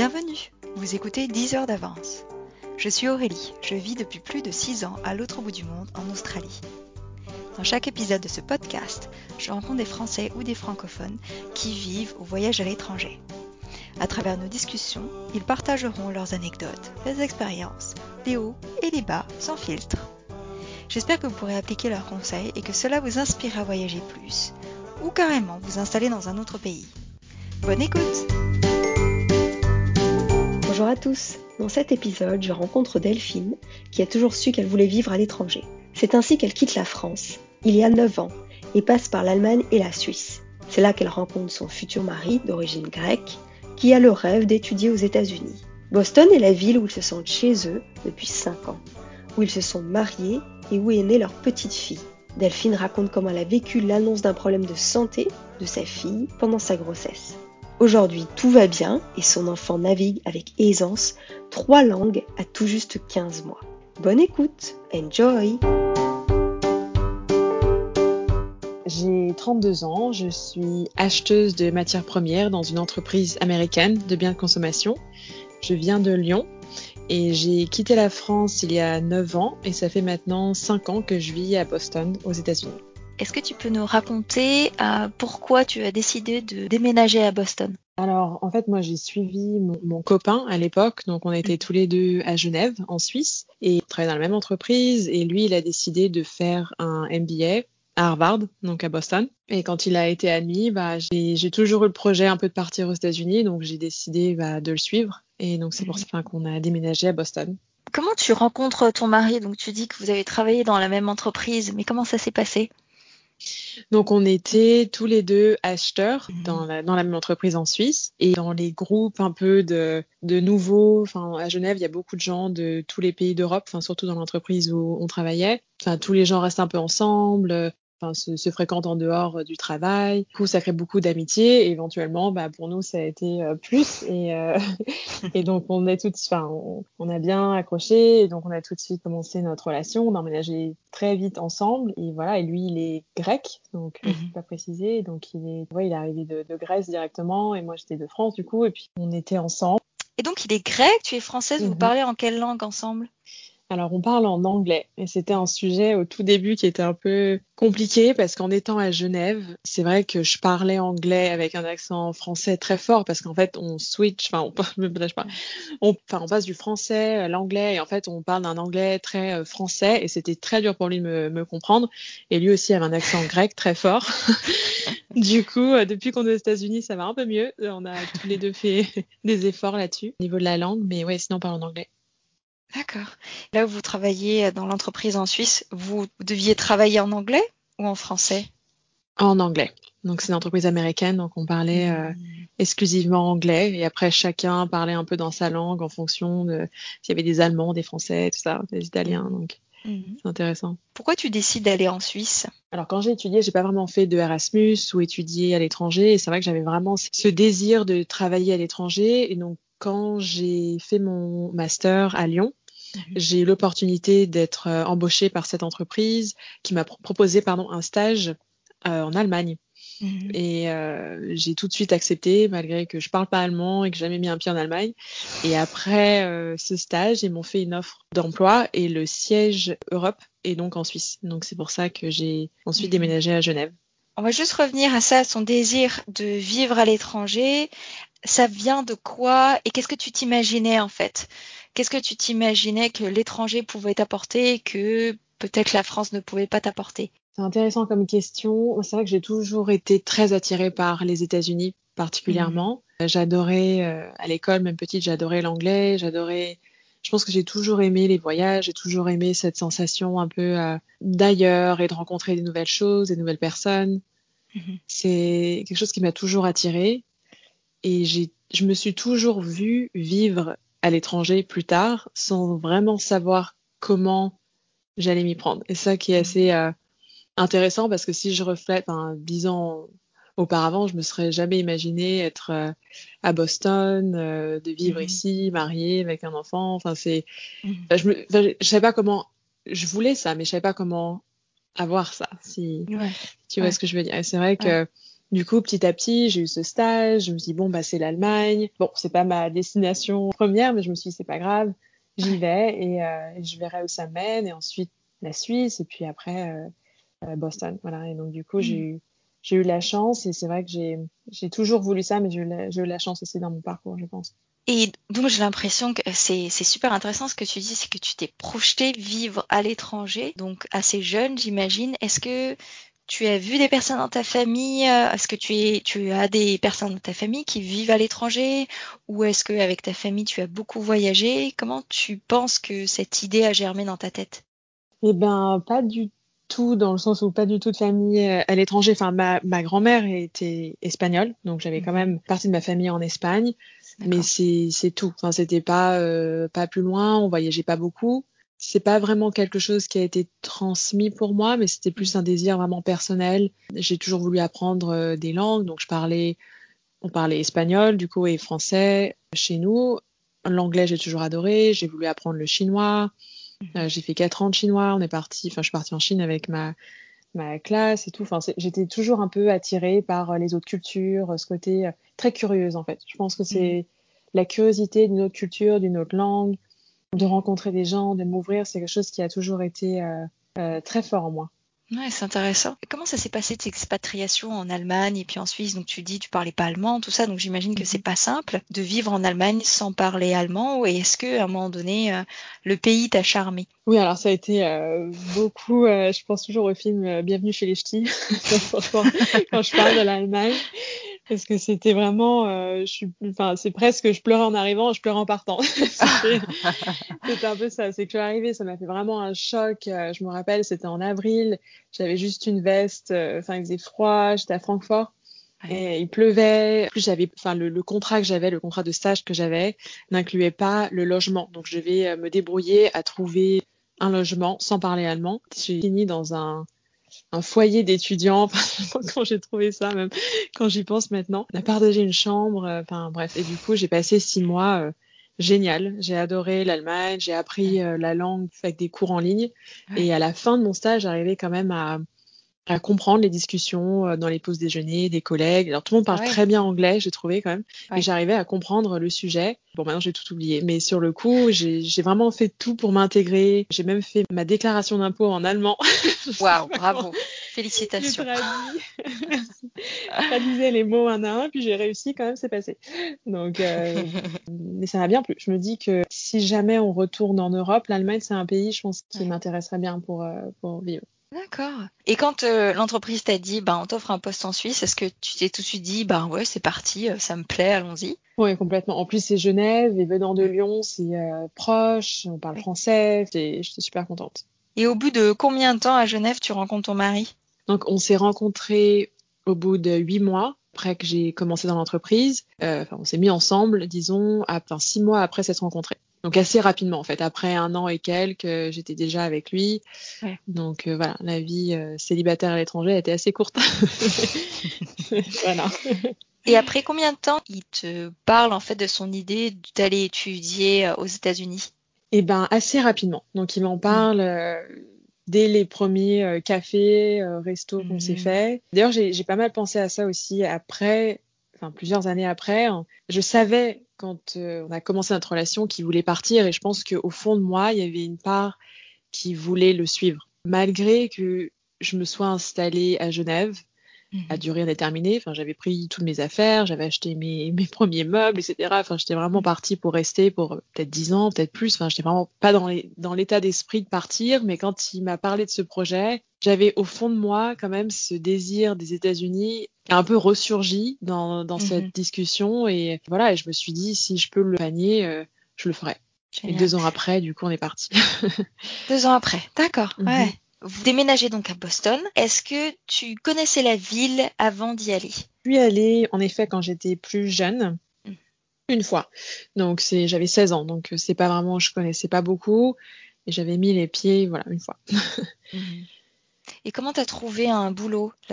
Bienvenue, vous écoutez 10 heures d'avance. Je suis Aurélie, je vis depuis plus de 6 ans à l'autre bout du monde, en Australie. Dans chaque épisode de ce podcast, je rencontre des Français ou des francophones qui vivent ou voyagent à l'étranger. À travers nos discussions, ils partageront leurs anecdotes, leurs expériences, les hauts et les bas, sans filtre. J'espère que vous pourrez appliquer leurs conseils et que cela vous inspire à voyager plus, ou carrément vous installer dans un autre pays. Bonne écoute! Bonjour à tous, dans cet épisode, je rencontre Delphine, qui a toujours su qu'elle voulait vivre à l'étranger. C'est ainsi qu'elle quitte la France, il y a 9 ans, et passe par l'Allemagne et la Suisse. C'est là qu'elle rencontre son futur mari, d'origine grecque, qui a le rêve d'étudier aux États-Unis. Boston est la ville où ils se sentent chez eux depuis 5 ans, où ils se sont mariés et où est née leur petite fille. Delphine raconte comment elle a vécu l'annonce d'un problème de santé de sa fille pendant sa grossesse. Aujourd'hui, tout va bien et son enfant navigue avec aisance 3 langues à tout juste 15 mois. Bonne écoute, enjoy! J'ai 32 ans, je suis acheteuse de matières premières dans une entreprise américaine de biens de consommation. Je viens de Lyon et j'ai quitté la France il y a 9 ans et ça fait maintenant 5 ans que je vis à Boston, aux États-Unis. Est-ce que tu peux nous raconter pourquoi tu as décidé de déménager à Boston? Alors, en fait, moi, j'ai suivi mon copain à l'époque. Donc, on était tous les deux à Genève, en Suisse, et on travaillait dans la même entreprise. Et lui, il a décidé de faire un MBA à Harvard, donc à Boston. Et quand il a été admis, j'ai toujours eu le projet un peu de partir aux États-Unis. Donc, j'ai décidé de le suivre. Et donc, c'est pour ça qu'on a déménagé à Boston. Comment tu rencontres ton mari? Donc, tu dis que vous avez travaillé dans la même entreprise, mais comment ça s'est passé? Donc, on était tous les deux acheteurs dans la même entreprise en Suisse et dans les groupes un peu de nouveaux. Enfin, à Genève, il y a beaucoup de gens de tous les pays d'Europe, enfin, surtout dans l'entreprise où on travaillait. Enfin, tous les gens restent un peu ensemble. Enfin, se fréquentent en dehors du travail. Du coup, ça crée beaucoup d'amitié. Éventuellement, pour nous, ça a été plus. Et donc, on a bien accroché. Et donc, on a tout de suite commencé notre relation. On a emménagé très vite ensemble. Et voilà. Et lui, il est grec. Donc, je peux pas préciser. Donc, il est arrivé de Grèce directement. Et moi, j'étais de France, du coup. Et puis, on était ensemble. Et donc, il est grec, tu es française, vous parlez en quelle langue ensemble? Alors, on parle en anglais et c'était un sujet au tout début qui était un peu compliqué parce qu'en étant à Genève, c'est vrai que je parlais anglais avec un accent français très fort parce qu'en fait, on switch, on passe du français à l'anglais et en fait, on parle d'un anglais très français et c'était très dur pour lui de me comprendre. Et lui aussi avait un accent grec très fort. Du coup, depuis qu'on est aux États-Unis, ça va un peu mieux. On a tous les deux fait des efforts là-dessus au niveau de la langue, mais ouais, sinon on parle en anglais. D'accord. Là où vous travaillez dans l'entreprise en Suisse, vous deviez travailler en anglais ou en français? En anglais. Donc, c'est une entreprise américaine, donc on parlait exclusivement anglais. Et après, chacun parlait un peu dans sa langue en fonction de s'il y avait des Allemands, des Français, tout ça, des Italiens. Donc, c'est intéressant. Pourquoi tu décides d'aller en Suisse? Alors, quand j'ai étudié, j'ai pas vraiment fait de Erasmus ou étudié à l'étranger. Et c'est vrai que j'avais vraiment ce désir de travailler à l'étranger. Et donc, quand j'ai fait mon master à Lyon, j'ai eu l'opportunité d'être embauchée par cette entreprise qui m'a proposé un stage en Allemagne. Et j'ai tout de suite accepté, malgré que je parle pas allemand et que j'ai jamais mis un pied en Allemagne. Et après ce stage, ils m'ont fait une offre d'emploi et le siège Europe est donc en Suisse. Donc c'est pour ça que j'ai ensuite déménagé à Genève. On va juste revenir à ça, son désir de vivre à l'étranger. Ça vient de quoi et qu'est-ce que tu t'imaginais en fait? Qu'est-ce que tu t'imaginais que l'étranger pouvait t'apporter et que peut-être la France ne pouvait pas t'apporter? C'est intéressant comme question. C'est vrai que j'ai toujours été très attirée par les États-Unis particulièrement. J'adorais à l'école, même petite, j'adorais l'anglais, je pense que j'ai toujours aimé les voyages, j'ai toujours aimé cette sensation un peu d'ailleurs et de rencontrer des nouvelles choses, des nouvelles personnes. C'est quelque chose qui m'a toujours attirée et je me suis toujours vue vivre à l'étranger plus tard sans vraiment savoir comment j'allais m'y prendre. Et ça qui est assez intéressant parce que si je reflète 10 ans auparavant, je me serais jamais imaginé être à Boston, de vivre ici, mariée avec un enfant. Je savais pas comment. Je voulais ça, mais je savais pas comment avoir ça. Si tu vois ce que je veux dire. Et c'est vrai que Du coup, petit à petit, j'ai eu ce stage. Je me suis dit, bon, bah, c'est l'Allemagne. Bon, c'est pas ma destination première, mais je me suis dit, c'est pas grave. J'y vais et je verrai où ça mène. Et ensuite, la Suisse. Et puis après, Boston. Voilà. Et donc, du coup, Mhm. j'ai eu la chance. Et c'est vrai que j'ai toujours voulu ça, mais j'ai eu la chance aussi dans mon parcours, je pense. Et donc j'ai l'impression que c'est super intéressant ce que tu dis, c'est que tu t'es projeté vivre à l'étranger, donc assez jeune, j'imagine. Est-ce que tu as vu des personnes dans ta famille? Est-ce que tu as des personnes dans ta famille qui vivent à l'étranger? Ou est-ce que avec ta famille tu as beaucoup voyagé? Comment tu penses que cette idée a germé dans ta tête? Eh ben, pas du tout, dans le sens où pas du tout de famille à l'étranger. Enfin, ma grand-mère était espagnole, donc j'avais quand Mhm. même partie de ma famille en Espagne, mais D'accord. c'est tout. Enfin, c'était pas plus loin, on voyageait pas beaucoup. C'est pas vraiment quelque chose qui a été transmis pour moi, mais c'était plus un désir vraiment personnel. J'ai toujours voulu apprendre des langues, donc on parlait espagnol, du coup, et français chez nous. L'anglais, j'ai toujours adoré. J'ai voulu apprendre le chinois. Mhm. J'ai fait 4 ans de chinois. Je suis partie en Chine avec ma classe et tout. Enfin, j'étais toujours un peu attirée par les autres cultures, ce côté très curieuse en fait. Je pense que Mhm. c'est la curiosité d'une autre culture, d'une autre langue, de Mhm. rencontrer des gens, de m'ouvrir. C'est quelque chose qui a toujours été très fort en moi. Ouais, c'est intéressant. Comment ça s'est passé tes expatriations en Allemagne et puis en Suisse? Donc tu dis tu parlais pas allemand, tout ça, donc j'imagine que c'est Mhm. pas simple de vivre en Allemagne sans parler allemand. Et est-ce que à un moment donné, le pays t'a charmé? Oui, alors ça a été beaucoup. Je pense toujours au film Bienvenue chez les Ch'tis, franchement, quand je parle de l'Allemagne. Parce que c'était vraiment, enfin, c'est presque, je pleurais en arrivant, je pleurais en partant. C'était un peu ça. C'est que je suis arrivée, ça m'a fait vraiment un choc. Je me rappelle, c'était en avril. J'avais juste une veste. Enfin, il faisait froid. J'étais à Francfort Ouais. et il pleuvait. En plus, enfin, le contrat que j'avais, le contrat de stage que j'avais, n'incluait pas le logement. Donc, je devais me débrouiller à trouver un logement sans parler allemand. J'ai fini dans un foyer d'étudiants. Enfin, quand j'ai trouvé ça, même quand j'y pense maintenant, on a partagé une chambre. Enfin bref. Et du coup, j'ai passé 6 mois génial. J'ai adoré l'Allemagne. J'ai appris la langue avec des cours en ligne. Ouais. Et à la fin de mon stage, j'arrivais quand même à comprendre les discussions dans les pauses déjeuner des collègues. Alors tout le monde Ah parle ouais. très bien anglais, j'ai trouvé quand même, et Ouais. j'arrivais à comprendre le sujet. Bon, maintenant j'ai tout oublié, mais sur le coup, j'ai vraiment fait tout pour m'intégrer. J'ai même fait ma déclaration d'impôt en allemand. Je sais Waouh, pas comment bravo. j'ai Félicitations. traduit. Merci. Je traduisais les mots un à un, puis j'ai réussi quand même, c'est passé. Donc, mais ça m'a bien plu. Je me dis que si jamais on retourne en Europe, l'Allemagne c'est un pays, je pense, qui Ouais. m'intéresserait bien pour vivre. D'accord. Et quand l'entreprise t'a dit, ben, on t'offre un poste en Suisse, est-ce que tu t'es tout de suite dit, ben ouais, c'est parti, ça me plaît, allons-y? Oui, complètement. En plus, c'est Genève et venant de Ouais. Lyon, c'est proche, on parle Ouais. français, j'étais super contente. Et au bout de combien de temps à Genève tu rencontres ton mari? Donc, on s'est rencontrés au bout de 8 mois après que j'ai commencé dans l'entreprise. Enfin, on s'est mis ensemble, disons, enfin 6 mois après s'être rencontrés. Donc assez rapidement, en fait. Après 1 an et quelques, j'étais déjà avec lui. Ouais. Donc voilà, la vie célibataire à l'étranger a été assez courte. Voilà. Et après combien de temps il te parle en fait de son idée d'aller étudier aux États-Unis? Et ben assez rapidement. Donc il m'en Mm. parle dès les premiers cafés, restos qu'on s'est Mhm. fait. D'ailleurs, j'ai pas mal pensé à ça aussi après, enfin plusieurs années après, hein. Je savais quand on a commencé notre relation qu'il voulait partir et je pense qu'au fond de moi, il y avait une part qui voulait le suivre. Malgré que je me sois installée à Genève à Mhm. durée indéterminée. Enfin, j'avais pris toutes mes affaires, j'avais acheté mes premiers meubles, etc. Enfin, j'étais vraiment partie pour rester pour peut-être 10 ans, peut-être plus. Enfin, j'étais vraiment pas dans l'état d'esprit de partir, mais quand il m'a parlé de ce projet, j'avais au fond de moi quand même ce désir des États-Unis qui a un peu ressurgi dans cette Mhm. discussion. Et voilà, et je me suis dit, si je peux le panier, je le ferai. Et Génial. 2 ans après, du coup, on est parti. 2 ans après, d'accord, ouais. Mhm. Vous déménagez donc à Boston. Est-ce que tu connaissais la ville avant d'y aller? Je suis allée, en effet, quand j'étais plus jeune. Mm. Une fois. Donc j'avais 16 ans, donc c'est pas vraiment, je connaissais pas beaucoup et j'avais mis les pieds, voilà, une fois. Mhm. Et comment t'as trouvé un boulot là-bas?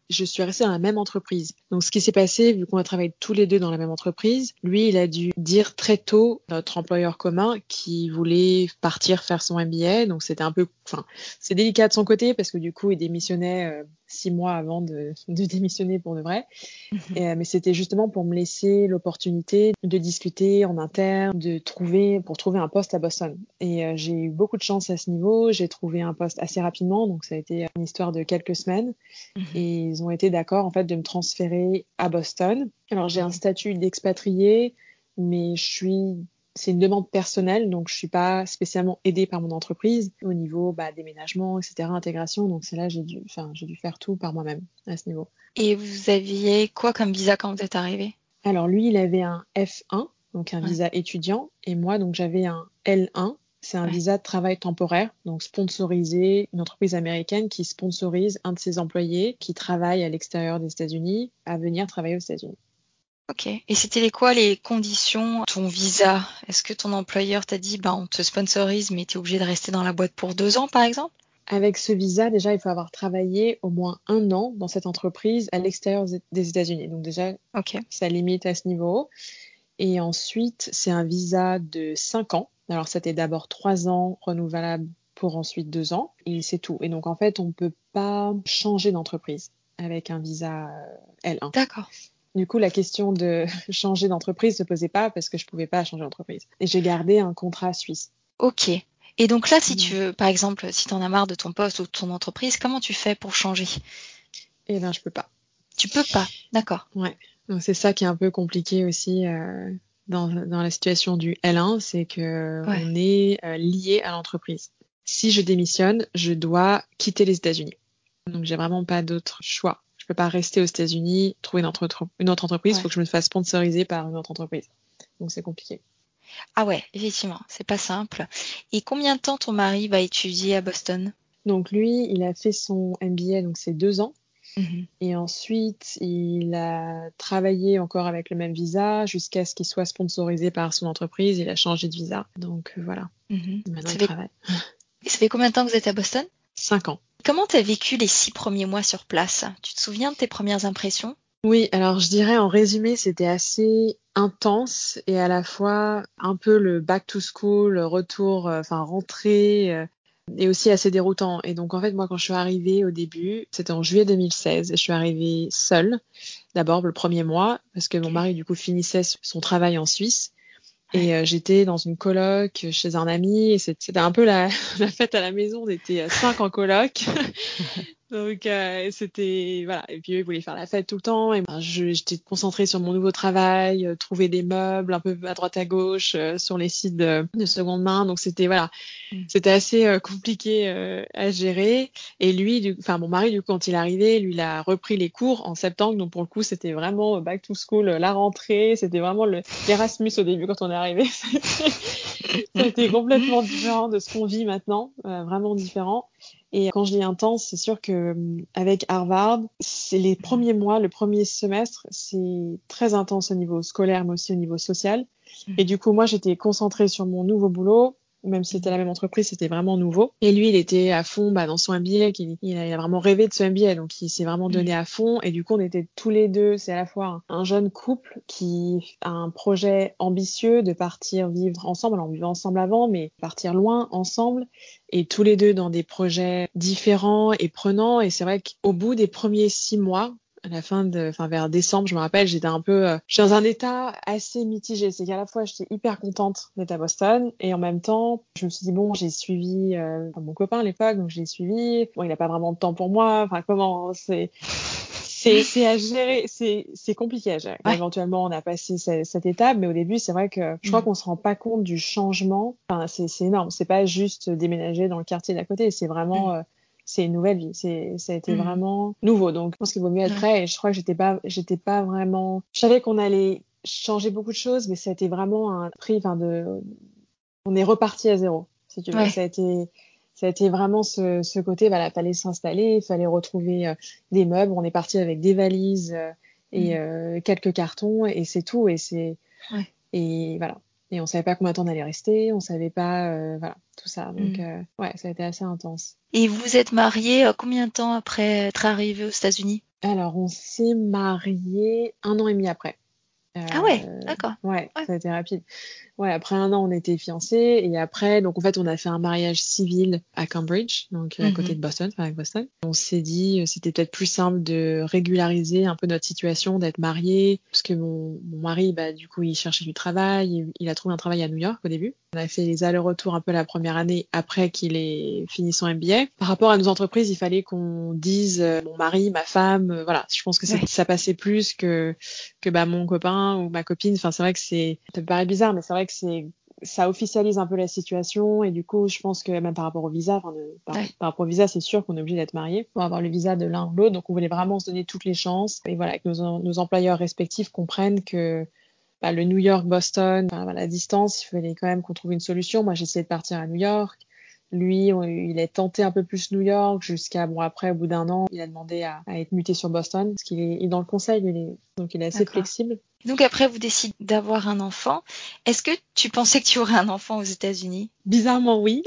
je suis restée dans la même entreprise. Donc, ce qui s'est passé, vu qu'on a travaillé tous les deux dans la même entreprise, lui, il a dû dire très tôt, notre employeur commun, qu'il voulait partir faire son MBA. Donc, c'était un peu, c'est délicat de son côté parce que du coup, il démissionnait 6 mois avant de démissionner pour de vrai. Mais c'était justement pour me laisser l'opportunité de discuter en interne, pour trouver un poste à Boston. Et j'ai eu beaucoup de chance à ce niveau. J'ai trouvé un poste assez rapidement, donc ça a été une histoire de quelques semaines. Et ils ont été d'accord en fait de me transférer à Boston. Alors j'ai un statut d'expatrié, mais c'est une demande personnelle, donc je suis pas spécialement aidée par mon entreprise au niveau déménagement, etc., intégration. Donc c'est là j'ai dû faire tout par moi-même à ce niveau. Et vous aviez quoi comme visa quand vous êtes arrivé? Alors lui, il avait un F1, donc un visa étudiant, et moi donc j'avais un L1. C'est un visa de travail temporaire, donc sponsorisé, une entreprise américaine qui sponsorise un de ses employés qui travaille à l'extérieur des États-Unis à venir travailler aux États-Unis. Ok. Et c'était quoi les conditions de ton visa? Est-ce que ton employeur t'a dit, on te sponsorise, mais tu es obligé de rester dans la boîte pour 2 ans, par exemple? Avec ce visa, déjà, il faut avoir travaillé au moins 1 an dans cette entreprise à l'extérieur des États-Unis. Donc déjà, ça limite à ce niveau. Et ensuite, c'est un visa de 5 ans. Alors, c'était d'abord 3 ans renouvelables pour ensuite 2 ans. Et c'est tout. Et donc, en fait, on ne peut pas changer d'entreprise avec un visa L1. D'accord. Du coup, la question de changer d'entreprise ne se posait pas parce que je ne pouvais pas changer d'entreprise. Et j'ai gardé un contrat suisse. Ok. Et donc là, si tu veux, par exemple, si tu en as marre de ton poste ou de ton entreprise, comment tu fais pour changer? Eh bien, je peux pas. Tu peux pas, d'accord. Ouais. Donc, c'est ça qui est un peu compliqué aussi dans la situation du L1, c'est que on est lié à l'entreprise. Si je démissionne, je dois quitter les États-Unis. Donc, j'ai vraiment pas d'autre choix. Je peux pas rester aux États-Unis, trouver une autre entreprise. Il faut que je me fasse sponsoriser par une autre entreprise. Donc, c'est compliqué. Ah ouais, effectivement, c'est pas simple. Et combien de temps ton mari va étudier à Boston? Donc, lui, il a fait son MBA, donc c'est 2 ans. Et ensuite, il a travaillé encore avec le même visa jusqu'à ce qu'il soit sponsorisé par son entreprise. Il a changé de visa. Donc voilà. Maintenant, il travaille. Et ça fait combien de temps que vous êtes à Boston? 5 ans. Comment t'as vécu les 6 premiers mois sur place? Tu te souviens de tes premières impressions? Oui, alors je dirais en résumé, c'était assez intense et à la fois un peu le back to school, rentrée, et aussi assez déroutant. Et donc en fait, moi, quand je suis arrivée au début, c'était en juillet 2016, et je suis arrivée seule, d'abord le premier mois, parce que mon mari, du coup, finissait son travail en Suisse. Et j'étais dans une coloc chez un ami, et c'était un peu la fête à la maison. On était 5 en coloc. Donc c'était voilà, et puis eux ils voulaient faire la fête tout le temps et j'étais concentrée sur mon nouveau travail, trouver des meubles un peu à droite à gauche sur les sites de seconde main. Donc c'était c'était assez compliqué à gérer. Et lui, mon mari, du coup, quand il est arrivé, lui, il a repris les cours en septembre. Donc pour le coup, c'était vraiment back to school, la rentrée. C'était vraiment l'Erasmus au début quand on est arrivé. C'était complètement différent de ce qu'on vit maintenant, vraiment différent. Et quand je dis intense, c'est sûr que avec Harvard, c'est les premiers mois, le premier semestre, c'est très intense au niveau scolaire, mais aussi au niveau social. Et du coup, moi, j'étais concentrée sur mon nouveau boulot. Même si c'était la même entreprise, c'était vraiment nouveau. Et lui, il était à fond dans son MBA, il a vraiment rêvé de ce MBA, donc il s'est vraiment donné à fond. Et du coup, on était tous les deux, c'est à la fois un jeune couple qui a un projet ambitieux de partir vivre ensemble. Alors, on vivait ensemble avant, mais partir loin ensemble, et tous les deux dans des projets différents et prenants. Et c'est vrai qu'au bout des premiers 6 mois, à la vers décembre, je me rappelle, j'étais j'étais dans un état assez mitigé. C'est qu'à la fois, j'étais hyper contente d'être à Boston et en même temps, je me suis dit, bon, j'ai suivi mon copain à l'époque, donc je l'ai suivi. Bon, il n'a pas vraiment de temps pour moi. Enfin, comment c'est à gérer, c'est compliqué à gérer. Ouais. Éventuellement, on a passé cette étape, mais au début, c'est vrai que je crois qu'on se rend pas compte du changement. Enfin, c'est énorme. C'est pas juste déménager dans le quartier d'à côté. C'est vraiment c'est une nouvelle vie. Ça a été vraiment nouveau. Donc, je pense qu'il vaut mieux être prêt. Et je crois que j'étais pas vraiment. Je savais qu'on allait changer beaucoup de choses, mais ça a été vraiment un prix. On est reparti à zéro. Si tu veux, ça a été vraiment ce côté. Voilà, fallait s'installer, il fallait retrouver des meubles. On est parti avec des valises et quelques cartons et c'est tout. Et voilà. Et on savait pas combien de temps on allait rester, on savait pas, voilà, tout ça. Donc, ouais, ça a été assez intense. Et vous êtes mariés combien de temps après être arrivés aux États-Unis? Alors, on s'est mariés 1 an et demi après. Ah ouais, d'accord. Ouais, Ouais. ça a été rapide. Ouais, après 1 an, on était fiancés et après, donc en fait, on a fait un mariage civil à Cambridge, donc à côté de Boston, enfin avec Boston. On s'est dit, c'était peut-être plus simple de régulariser un peu notre situation, d'être mariés, parce que mon mari, bah du coup, il cherchait du travail, il a trouvé un travail à New York au début. On a fait les allers-retours un peu la première année après qu'il ait fini son MBA. Par rapport à nos entreprises, il fallait qu'on dise mon mari, ma femme, voilà. Je pense que ça passait plus que bah mon copain ou ma copine. Enfin, c'est vrai que ça peut paraître bizarre, mais c'est vrai que ça officialise un peu la situation et du coup, je pense que même par rapport au visa, par rapport au visa, c'est sûr qu'on est obligé d'être marié pour avoir le visa de l'un ou l'autre. Donc, on voulait vraiment se donner toutes les chances et voilà, que nos employeurs respectifs comprennent que bah, le New York-Boston, la distance, il fallait quand même qu'on trouve une solution. Moi, j'ai essayé de partir à New York. Lui, il a tenté un peu plus New York jusqu'à, bon, après, au bout d'1 an, il a demandé à être muté sur Boston parce qu'il est dans le conseil, donc il est assez flexible. Donc après, vous décidez d'avoir un enfant. Est-ce que tu pensais que tu aurais un enfant aux États-Unis? Bizarrement, oui.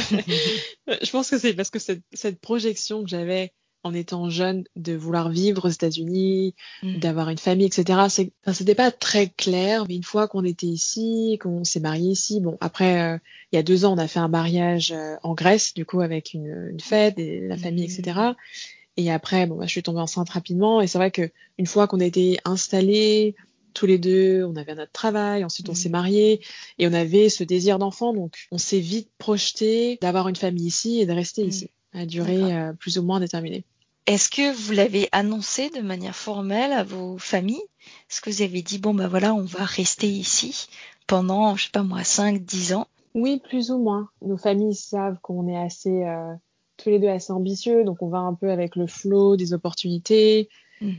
Je pense que c'est parce que cette projection que j'avais en étant jeune de vouloir vivre aux États-Unis, d'avoir une famille, etc. C'était pas très clair, mais une fois qu'on était ici, qu'on s'est marié ici, bon, après, il y a 2 ans, on a fait un mariage en Grèce, du coup, avec une fête et la famille, etc. Et après, bon, bah, je suis tombée enceinte rapidement, et c'est vrai que une fois qu'on était installés, tous les deux, on avait notre travail, ensuite on s'est mariés, et on avait ce désir d'enfant, donc on s'est vite projeté d'avoir une famille ici et de rester ici, à durée plus ou moins déterminée. Est-ce que vous l'avez annoncé de manière formelle à vos familles? Est-ce que vous avez dit, bon, bah voilà, on va rester ici pendant, je sais pas moi, 5, 10 ans? Oui, plus ou moins. Nos familles savent qu'on est assez, tous les deux assez ambitieux, donc on va un peu avec le flow des opportunités.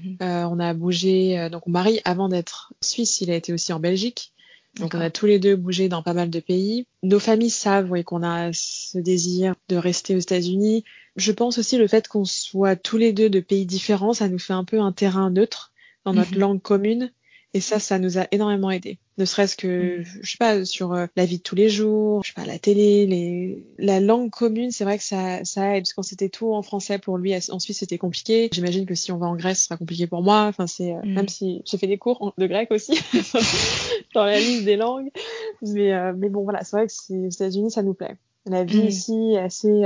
On a bougé, donc mon mari, avant d'être suisse, il a été aussi en Belgique. Donc on a tous les deux bougé dans pas mal de pays. Nos familles savent, oui, qu'on a ce désir de rester aux États-Unis. Je pense aussi le fait qu'on soit tous les deux de pays différents, ça nous fait un peu un terrain neutre dans notre langue commune. Et ça nous a énormément aidé. Ne serait-ce que, je sais pas, sur la vie de tous les jours, je sais pas, la télé, la langue commune, c'est vrai que ça aide. Parce qu'on c'était tout en français pour lui, en Suisse c'était compliqué. J'imagine que si on va en Grèce, ce sera compliqué pour moi. Enfin, même si j'ai fait des cours de grec aussi dans la liste des langues. Mais bon, voilà, c'est vrai que aux États-Unis, ça nous plaît. La vie ici est assez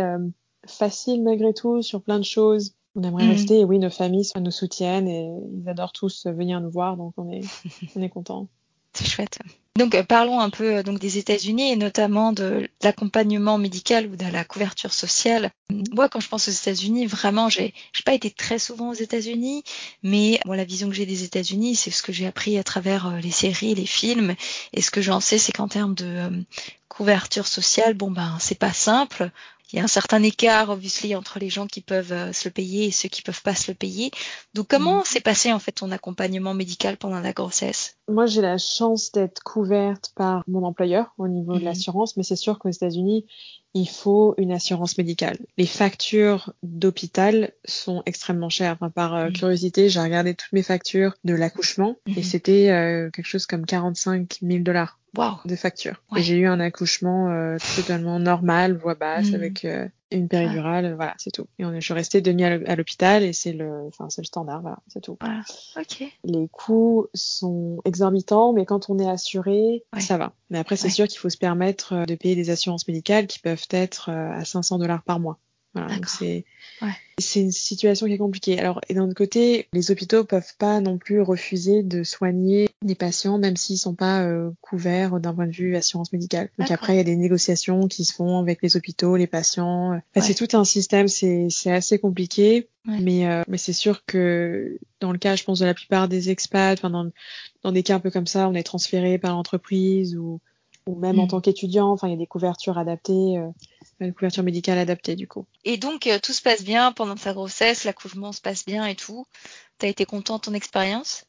facile malgré tout sur plein de choses. On aimerait rester et oui, nos familles nous soutiennent et ils adorent tous venir nous voir, donc on est contents. C'est chouette. Donc parlons un peu donc des États-Unis et notamment de l'accompagnement médical ou de la couverture sociale. Moi, quand je pense aux États-Unis, vraiment, j'ai pas été très souvent aux États-Unis, mais moi, la vision que j'ai des États-Unis, c'est ce que j'ai appris à travers les séries, les films, et ce que j'en sais, c'est qu'en termes de couverture sociale, bon ben, c'est pas simple. Il y a un certain écart, obviously, entre les gens qui peuvent se le payer et ceux qui peuvent pas se le payer. Donc, comment s'est passé, en fait, ton accompagnement médical pendant la grossesse? Moi, j'ai la chance d'être couverte par mon employeur au niveau de l'assurance, mais c'est sûr qu'aux États-Unis, il faut une assurance médicale. Les factures d'hôpital sont extrêmement chères. Enfin, par curiosité, j'ai regardé toutes mes factures de l'accouchement et c'était quelque chose comme $45,000 de facture. Et j'ai eu un accouchement totalement normal, voix basse, avec une péridurale, voilà, c'est tout. Et je suis restée 2 nuits à l'hôpital et c'est le standard, voilà, c'est tout. Voilà. Ok. Les coûts sont exorbitants, mais quand on est assuré, ça va. Mais après, c'est sûr qu'il faut se permettre de payer des assurances médicales qui peuvent être à $500 par mois. Voilà, donc c'est une situation qui est compliquée. Alors, et d'un autre côté, les hôpitaux peuvent pas non plus refuser de soigner les patients, même s'ils sont pas couverts d'un point de vue assurance médicale. Donc après, il y a des négociations qui se font avec les hôpitaux, les patients. Enfin, c'est tout un système, c'est assez compliqué. Mais c'est sûr que dans le cas, je pense, de la plupart des expats, enfin dans des cas un peu comme ça, on est transféré par l'entreprise ou même en tant qu'étudiant, enfin il y a des couvertures adaptées, une couverture médicale adaptée du coup. Et donc tout se passe bien pendant ta grossesse, l'accouchement se passe bien et tout. T'as été content de ton expérience?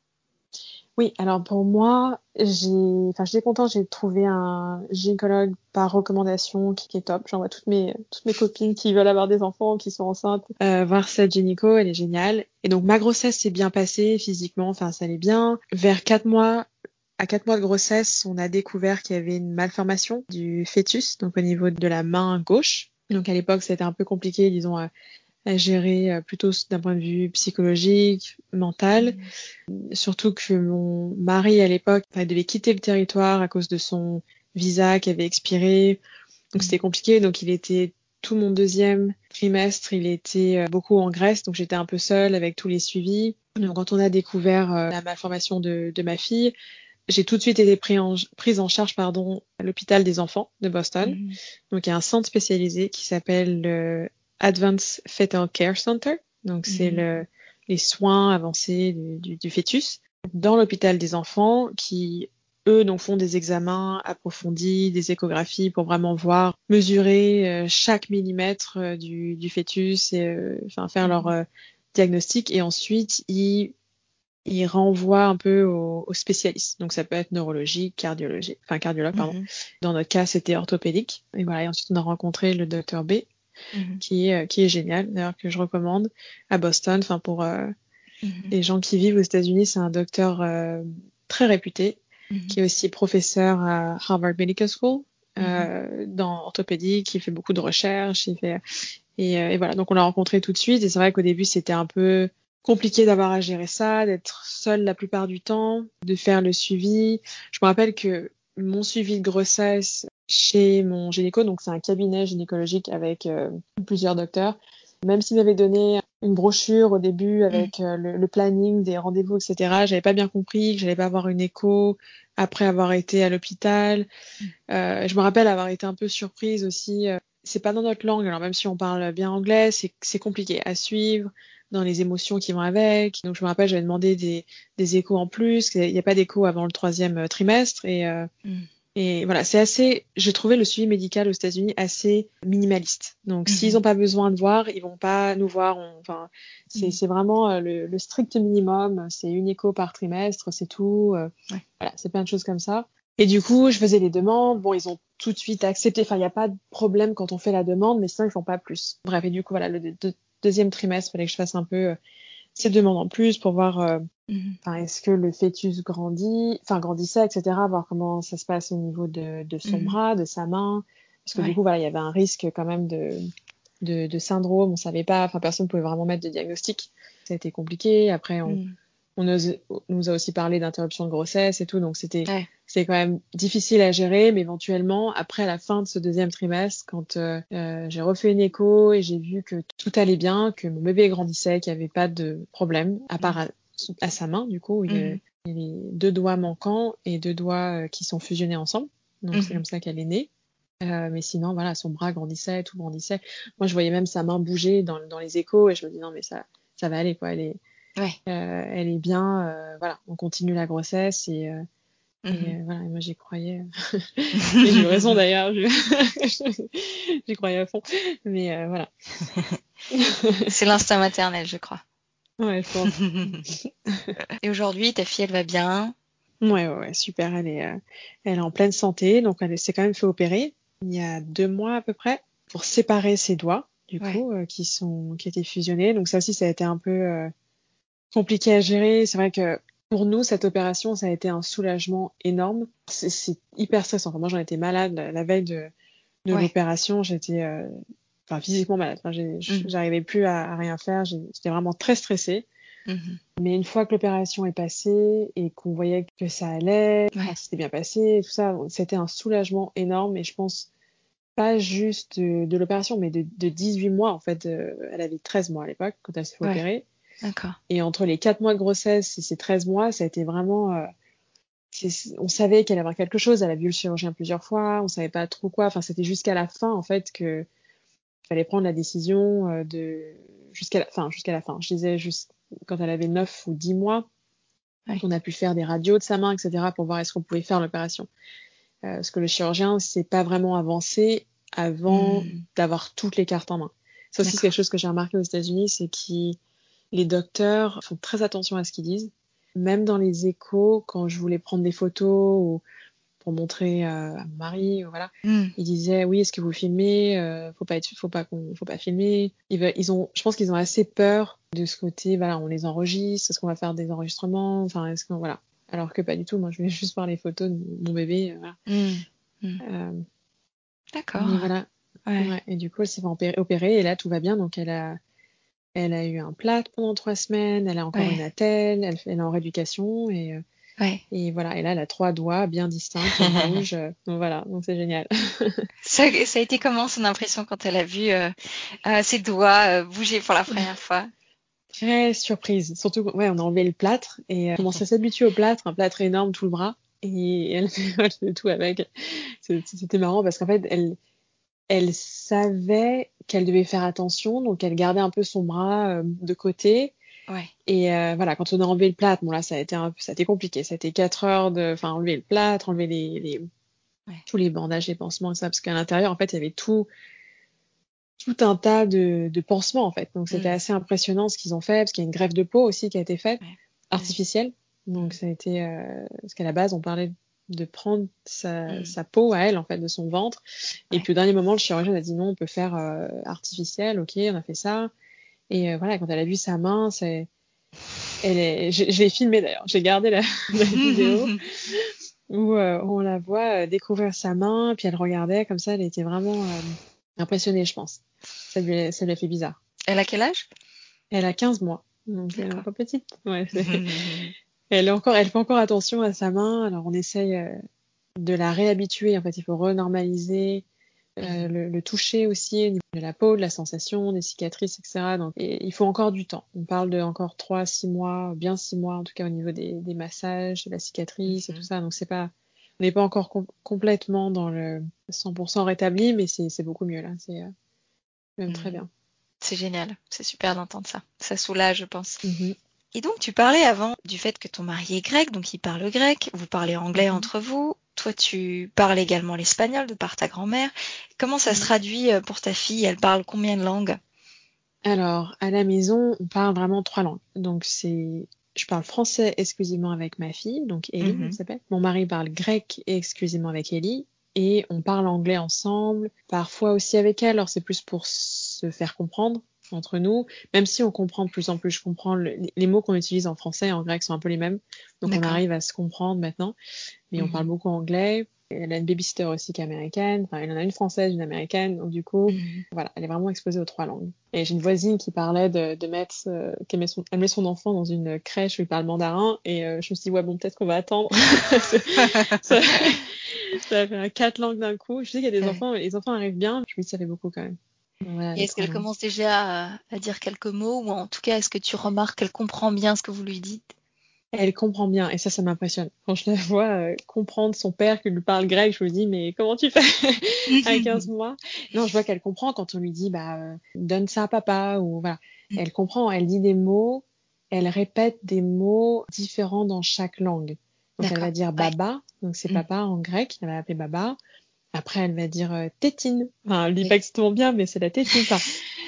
Oui, alors pour moi, j'étais contente, j'ai trouvé un gynécologue par recommandation qui est top. J'envoie toutes mes copines qui veulent avoir des enfants, qui sont enceintes, voir cette gynéco, elle est géniale. Et donc ma grossesse s'est bien passée physiquement, enfin ça allait bien. Vers 4 mois, À 4 mois de grossesse, on a découvert qu'il y avait une malformation du fœtus, donc au niveau de la main gauche. Donc à l'époque, c'était un peu compliqué, disons, à gérer plutôt d'un point de vue psychologique, mental. Surtout que mon mari, à l'époque, devait quitter le territoire à cause de son visa qui avait expiré. Donc c'était compliqué. Donc il était tout mon deuxième trimestre, il était beaucoup en Grèce. Donc j'étais un peu seule avec tous les suivis. Donc quand on a découvert la malformation de ma fille, j'ai tout de suite été prise en charge à l'hôpital des enfants de Boston. Donc il y a un centre spécialisé qui s'appelle le Advanced Fetal Care Center. Donc c'est les soins avancés du fœtus dans l'hôpital des enfants qui, eux, donc, font des examens approfondis, des échographies pour vraiment voir, mesurer chaque millimètre du fœtus et faire leur diagnostic. Et ensuite, ils renvoient un peu aux spécialistes. Donc ça peut être neurologique, cardiologue, pardon. Dans notre cas, c'était orthopédique. Et voilà. Et ensuite, on a rencontré le docteur B, qui est génial, d'ailleurs, que je recommande à Boston. Enfin, pour les gens qui vivent aux États-Unis, c'est un docteur très réputé, qui est aussi professeur à Harvard Medical School, dans orthopédie, qui fait beaucoup de recherches, et voilà. Donc on l'a rencontré tout de suite, et c'est vrai qu'au début, c'était un peu compliqué d'avoir à gérer ça, d'être seule la plupart du temps, de faire le suivi. Je me rappelle que mon suivi de grossesse chez mon gynéco, donc c'est un cabinet gynécologique avec plusieurs docteurs, même s'il m'avait donné une brochure au début avec le planning des rendez-vous, etc., j'avais pas bien compris que j'allais pas avoir une écho après avoir été à l'hôpital. Je me rappelle avoir été un peu surprise aussi. C'est pas dans notre langue, alors même si on parle bien anglais, c'est compliqué à suivre dans les émotions qui vont avec. Donc je me rappelle, j'avais demandé des échos en plus, il n'y a pas d'écho avant le 3e trimestre, et voilà, j'ai trouvé le suivi médical aux États-Unis assez minimaliste. Donc s'ils n'ont pas besoin de voir, ils vont pas nous voir. C'est vraiment le strict minimum. C'est une écho par trimestre, c'est tout. Voilà, c'est plein de choses comme ça. Et du coup, je faisais les demandes. Bon, ils ont tout de suite accepté. Enfin, il n'y a pas de problème quand on fait la demande, mais sinon, ils font pas plus. Bref, et du coup, voilà, le deuxième trimestre, il fallait que je fasse un peu ces demandes en plus pour voir est-ce que le fœtus grandissait, etc., voir comment ça se passe au niveau de son bras, de sa main. Parce que du coup, voilà, il y avait un risque quand même de syndrome. On savait pas, personne ne pouvait vraiment mettre de diagnostic. Ça a été compliqué. Après, on nous a aussi parlé d'interruption de grossesse et tout, donc c'était quand même difficile à gérer, mais éventuellement, après la fin de ce deuxième trimestre, quand j'ai refait une écho et j'ai vu que tout allait bien, que mon bébé grandissait, qu'il n'y avait pas de problème, à part à sa main, du coup, il y a les 2 doigts manquants et 2 doigts qui sont fusionnés ensemble, donc c'est comme ça qu'elle est née. Mais sinon, voilà, son bras grandissait, tout grandissait. Moi, je voyais même sa main bouger dans les échos, et je me dis non, mais ça va aller, quoi. Elle est bien, voilà, on continue la grossesse, et voilà, et moi j'y croyais. Et j'ai eu raison d'ailleurs, j'y croyais à fond. Mais voilà. C'est l'instinct maternel, je crois. Ouais, je pense. Et aujourd'hui, ta fille, elle va bien? Ouais, super. Elle est en pleine santé, donc elle s'est quand même fait opérer il y a 2 mois à peu près pour séparer ses doigts, du coup, qui étaient fusionnés. Donc ça aussi, ça a été un peu compliqué à gérer. C'est vrai que pour nous, cette opération, ça a été un soulagement énorme. C'est hyper stressant. Enfin, moi, j'en étais malade la veille de l'opération. J'étais physiquement malade. J'arrivais plus à rien faire. J'étais vraiment très stressée. Mais une fois que l'opération est passée et qu'on voyait que ça allait, que c'était bien passé, tout ça, c'était un soulagement énorme. Et je pense pas juste de l'opération, mais de 18 mois. En fait, elle avait 13 mois à l'époque quand elle s'est fait opérer. D'accord. Et entre les 4 mois de grossesse et ces 13 mois, ça a été vraiment... on savait qu'elle avait quelque chose. Elle a vu le chirurgien plusieurs fois. On savait pas trop quoi. Enfin, c'était jusqu'à la fin, en fait, que fallait prendre la décision jusqu'à la fin. Je disais, quand elle avait 9 ou 10 mois, on a pu faire des radios de sa main, etc., pour voir est-ce qu'on pouvait faire l'opération. Parce que le chirurgien s'est pas vraiment avancé avant d'avoir toutes les cartes en main. Ça aussi, c'est quelque chose que j'ai remarqué aux États-Unis, c'est que les docteurs font très attention à ce qu'ils disent. Même dans les échos, quand je voulais prendre des photos ou pour montrer à mon mari, voilà, ils disaient oui, est-ce que vous filmez, faut pas filmer. Je pense qu'ils ont assez peur de ce côté, voilà, on les enregistre, est-ce qu'on va faire des enregistrements, enfin, est-ce qu'on, voilà. alors que pas du tout. Moi, je voulais juste voir les photos de mon bébé. Voilà. Euh, D'accord. mais voilà. Ouais. Ouais. Et du coup, elle s'est fait opérer et là, tout va bien. Donc, elle a eu un plâtre pendant 3 semaines. Elle a encore une attelle. Elle est en rééducation et voilà. Et là, elle a 3 doigts bien distincts qui bougent. Donc voilà. Donc c'est génial. Ça a été comment son impression quand elle a vu ses doigts bouger pour la première fois? Très surprise. Surtout, ouais, on a enlevé le plâtre et on commence à s'habituer au plâtre, un plâtre énorme, tout le bras. Et elle fait tout avec. C'était marrant parce qu'en fait, elle savait qu'elle devait faire attention, donc elle gardait un peu son bras de côté. Ouais. Et voilà, quand on a enlevé le plâtre, bon là, ça a été compliqué. Ça a été 4 heures enlever le plâtre, enlever tous les bandages, les pansements et ça, parce qu'à l'intérieur, en fait, il y avait tout un tas de pansements, en fait. Donc, c'était assez impressionnant ce qu'ils ont fait, parce qu'il y a une greffe de peau aussi qui a été faite, artificielle. Donc, ça a été, parce qu'à la base, on parlait de prendre sa peau à elle, en fait, de son ventre. Et puis, au dernier moment, le chirurgien a dit non, on peut faire artificiel. OK, on a fait ça. Et voilà, quand elle a vu sa main, je l'ai filmé d'ailleurs. J'ai gardé la vidéo où on la voit découvrir sa main, puis elle regardait comme ça, elle était vraiment impressionnée, je pense. Ça lui a fait bizarre. Elle a quel âge? Elle a 15 mois, donc elle est D'accord. pas petite. Ouais, elle fait encore attention à sa main, alors on essaye de la réhabituer, en fait, il faut renormaliser le toucher aussi, au niveau de la peau, de la sensation, des cicatrices, etc. Donc, et il faut encore du temps. On parle de encore 3-6 mois, bien 6 mois, en tout cas au niveau des massages, de la cicatrice et tout ça. Donc on n'est pas encore complètement dans le 100% rétabli, mais c'est beaucoup mieux là. C'est même très bien. C'est génial, c'est super d'entendre ça. Ça soulage, je pense. Mhm. Et donc, tu parlais avant du fait que ton mari est grec, donc il parle grec, vous parlez anglais Mhm. entre vous. Toi, tu parles également l'espagnol de par ta grand-mère. Comment ça se traduit pour ta fille? Elle parle combien de langues? Alors, à la maison, on parle vraiment 3 langues. Donc, je parle français exclusivement avec ma fille, donc Ellie, elle s'appelle. Mon mari parle grec exclusivement avec Ellie. Et on parle anglais ensemble, parfois aussi avec elle. Alors, c'est plus pour se faire comprendre entre nous, même si on comprend de plus en plus. Je comprends les mots qu'on utilise en français et en grec sont un peu les mêmes. Donc, on arrive à se comprendre maintenant. Mais on parle beaucoup anglais. Elle a une babysitter aussi qui est américaine. Enfin, elle en a une française, une américaine. Donc, du coup, voilà, elle est vraiment exposée aux 3 langues. Et j'ai une voisine qui parlait de mettre, elle met son enfant dans une crèche où il parle mandarin. Et je me suis dit, ouais, bon, peut-être qu'on va attendre. ça, ça va faire 4 langues d'un coup. Je sais qu'il y a des enfants, les enfants arrivent bien. Je me dis, ça fait beaucoup quand même. Donc, voilà, Et les est-ce 3 qu'elle langues. commence déjà à dire quelques mots, ou en tout cas, est-ce que tu remarques qu'elle comprend bien ce que vous lui dites? Elle comprend bien et ça m'impressionne. Quand je la vois comprendre son père qui lui parle grec, je me dis mais comment tu fais à 15 mois? Non, je vois qu'elle comprend quand on lui dit bah donne ça à papa ou voilà. Elle comprend, elle dit des mots, elle répète des mots différents dans chaque langue. Donc elle D'accord. va dire Ouais. baba, donc c'est papa en grec, elle va l'appeler baba. Après elle va dire tétine. Enfin, elle dit Oui. pas exactement bien mais c'est la tétine. Enfin,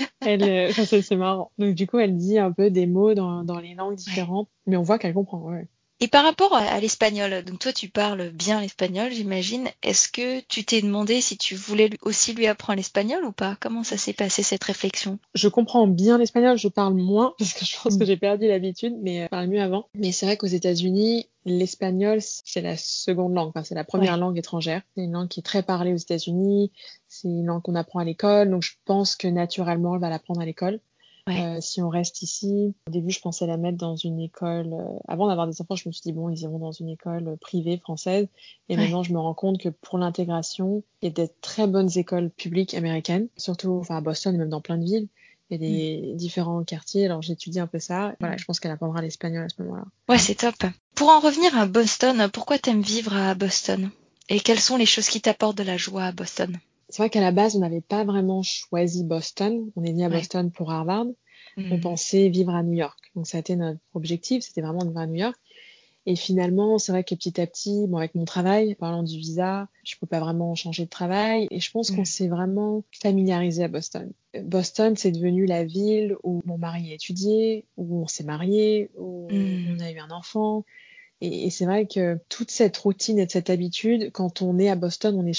c'est marrant. Donc du coup, elle dit un peu des mots dans les langues Ouais. différentes, mais on voit qu'elle comprend. Ouais. Et par rapport à l'espagnol, donc toi tu parles bien l'espagnol, j'imagine. Est-ce que tu t'es demandé si tu voulais aussi lui apprendre l'espagnol ou pas? Comment ça s'est passé cette réflexion? Je comprends bien l'espagnol, je parle moins parce que je pense que j'ai perdu l'habitude, mais je parlais mieux avant. Mais c'est vrai qu'aux États-Unis, l'espagnol, c'est la seconde langue, enfin, c'est la première Ouais. langue étrangère. C'est une langue qui est très parlée aux États-Unis, c'est une langue qu'on apprend à l'école, donc je pense que naturellement, elle va l'apprendre à l'école. Ouais. Si on reste ici, au début, je pensais la mettre dans une école. Avant d'avoir des enfants, je me suis dit, bon, ils iront dans une école privée française. Et Ouais. maintenant, je me rends compte que pour l'intégration, il y a des très bonnes écoles publiques américaines, surtout enfin, à Boston et même dans plein de villes. Il y a des différents quartiers. Alors, j'étudie un peu ça. Voilà, je pense qu'elle apprendra l'espagnol à ce moment-là. Ouais, c'est top. Pour en revenir à Boston, pourquoi t'aimes vivre à Boston? Et quelles sont les choses qui t'apportent de la joie à Boston? C'est vrai qu'à la base, on n'avait pas vraiment choisi Boston. On est venu à Ouais. Boston pour Harvard. On pensait vivre à New York. Donc, ça a été notre objectif. C'était vraiment de vivre à New York. Et finalement, c'est vrai que petit à petit, bon, avec mon travail, parlant du visa, je peux pas vraiment changer de travail. Et je pense qu'on s'est vraiment familiarisé à Boston. Boston, c'est devenu la ville où mon mari a étudié, où on s'est marié, où on a eu un enfant. Et c'est vrai que toute cette routine et cette habitude, quand on est à Boston, on est chez nous.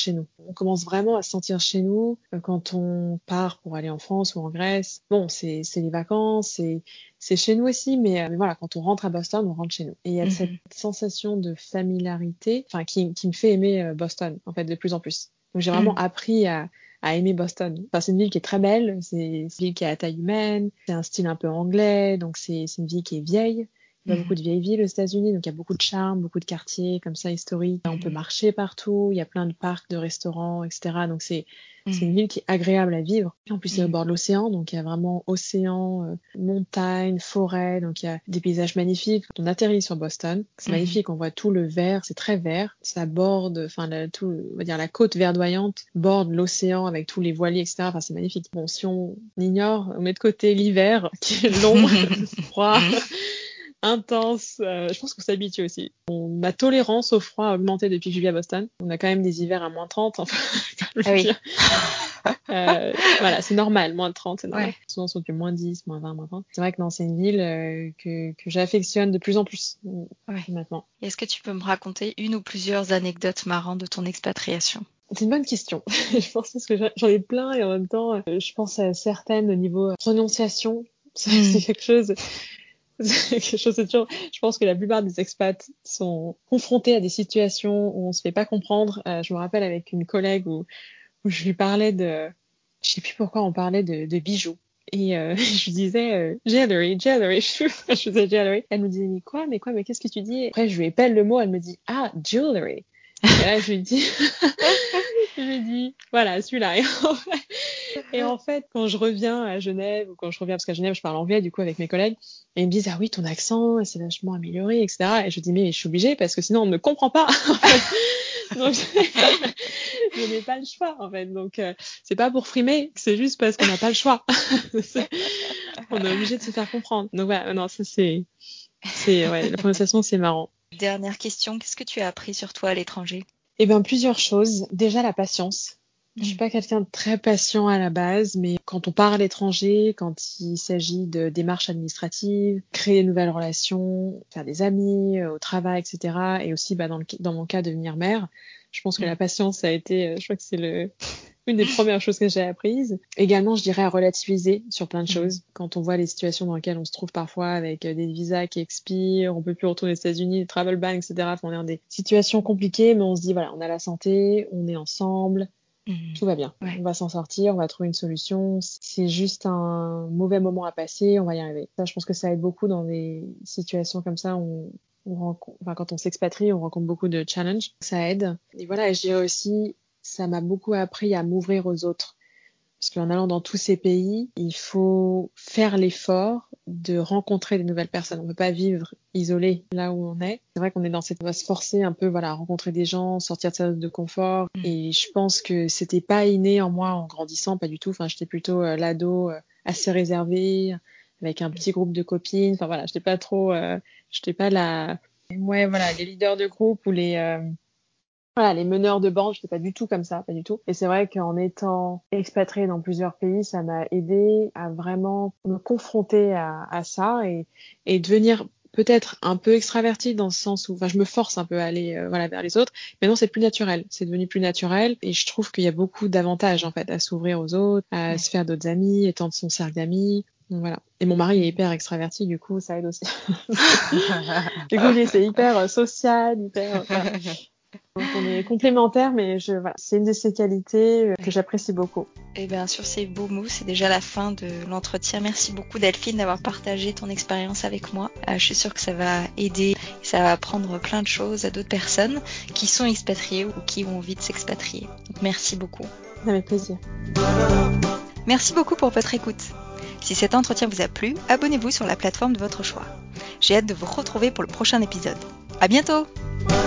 on commence vraiment à se sentir chez nous quand on part pour aller en France ou en Grèce. Bon, c'est les vacances, c'est chez nous aussi, mais voilà, quand on rentre à Boston, on rentre chez nous. Et il y a cette sensation de familiarité, enfin, qui me fait aimer Boston, en fait, de plus en plus. Donc j'ai vraiment appris à aimer Boston. Enfin, c'est une ville qui est très belle, c'est une ville qui est à taille humaine, c'est un style un peu anglais, donc c'est une ville qui est vieille. Il y a beaucoup de vieilles villes aux États-Unis, donc il y a beaucoup de charme, beaucoup de quartiers comme ça historiques. On peut marcher partout, il y a plein de parcs, de restaurants, etc. Donc c'est une ville qui est agréable à vivre. Et en plus, c'est au bord de l'océan, donc il y a vraiment océan, montagne, forêt, donc il y a des paysages magnifiques. Quand on atterrit sur Boston, c'est magnifique, on voit tout le vert, c'est très vert. Ça borde, enfin on va dire la côte verdoyante borde l'océan avec tous les voiliers, etc. Enfin, c'est magnifique. Bon, si on ignore, on met de côté l'hiver qui est long, froid, intense, je pense qu'on s'habitue aussi. Ma tolérance au froid a augmenté depuis que je vis à Boston. On a quand même des hivers à moins 30, enfin, Ah oui. voilà, c'est normal, moins de 30, c'est normal. Ouais. Souvent, c'est du moins 10, moins 20, moins 30. C'est vrai que non, c'est une ville que j'affectionne de plus en plus maintenant. Est-ce que tu peux me raconter une ou plusieurs anecdotes marrantes de ton expatriation? C'est une bonne question. Je pense que j'en ai plein et en même temps, je pense à certaines au niveau prononciation. C'est quelque chose... C'est quelque chose de toujours. Je pense que la plupart des expats sont confrontés à des situations où on se fait pas comprendre. Je me rappelle avec une collègue où je lui parlais je sais plus pourquoi on parlait de bijoux. Et je lui disais jewelry. Je faisais jewelry. Elle me disait mais qu'est-ce que tu dis? Après je lui épelle le mot, elle me dit jewelry. Et là je lui dis voilà celui-là. Et en fait, quand je reviens à Genève, ou quand je reviens, parce qu'à Genève, je parle anglais, du coup, avec mes collègues, et ils me disent, ah oui, ton accent, c'est vachement amélioré, etc. Et je dis, mais je suis obligée, parce que sinon, on ne me comprend pas. Donc, je n'ai pas le choix, en fait. Donc, c'est pas pour frimer, c'est juste parce qu'on n'a pas le choix. On est obligé de se faire comprendre. Donc, voilà, non, ça, ouais, la prononciation, c'est marrant. Dernière question, qu'est-ce que tu as appris sur toi à l'étranger? Eh bien, plusieurs choses. Déjà, la patience. Je suis pas quelqu'un de très patient à la base, mais quand on part à l'étranger, quand il s'agit de démarches administratives, créer de nouvelles relations, faire des amis, au travail, etc. Et aussi, dans mon cas, devenir mère, je pense que la patience, ça a été, je crois que c'est une des premières choses que j'ai apprises. Également, je dirais à relativiser sur plein de choses. Quand on voit les situations dans lesquelles on se trouve parfois avec des visas qui expirent, on peut plus retourner aux États-Unis, les travel bans, etc. Enfin, on est dans des situations compliquées, mais on se dit, voilà, on a la santé, on est ensemble, tout va bien. On va s'en sortir, on va trouver une solution. C'est juste un mauvais moment à passer, on va y arriver. Ça, je pense que ça aide beaucoup dans des situations comme ça où quand on s'expatrie, on rencontre beaucoup de challenges. Ça aide. Et voilà, je dirais aussi, ça m'a beaucoup appris à m'ouvrir aux autres. Parce qu'en allant dans tous ces pays, il faut faire l'effort de rencontrer des nouvelles personnes. On peut pas vivre isolé là où on est. C'est vrai qu'on est on va se forcer un peu, voilà, à rencontrer des gens, sortir de sa zone de confort. Et je pense que c'était pas inné en moi en grandissant, pas du tout. Enfin, j'étais plutôt l'ado assez réservé, avec un petit groupe de copines. Enfin voilà, j'étais pas ouais, voilà, les leaders de groupe ou voilà, les meneurs de bande, j'étais pas du tout comme ça, pas du tout. Et c'est vrai qu'en étant expatriée dans plusieurs pays, ça m'a aidé à vraiment me confronter à ça et devenir peut-être un peu extravertie dans le sens où, enfin, je me force un peu à aller, voilà, vers les autres. Mais non, c'est plus naturel. C'est devenu plus naturel et je trouve qu'il y a beaucoup d'avantages, en fait, à s'ouvrir aux autres, à se faire d'autres amis, étendre son cercle d'amis. Donc voilà. Et mon mari est hyper extraverti, du coup, ça aide aussi. Du coup, lui, c'est hyper social, enfin, donc on est complémentaires, mais voilà, c'est une de ces qualités que j'apprécie beaucoup. Et bien sur ces beaux mots, c'est déjà la fin de l'entretien. Merci beaucoup Delphine d'avoir partagé ton expérience avec moi. Je suis sûre que ça va aider, ça va apprendre plein de choses à d'autres personnes qui sont expatriées ou qui ont envie de s'expatrier. Donc merci beaucoup. Avec plaisir. Merci beaucoup pour votre écoute. Si cet entretien vous a plu, abonnez-vous sur la plateforme de votre choix. J'ai hâte de vous retrouver pour le prochain épisode. À bientôt!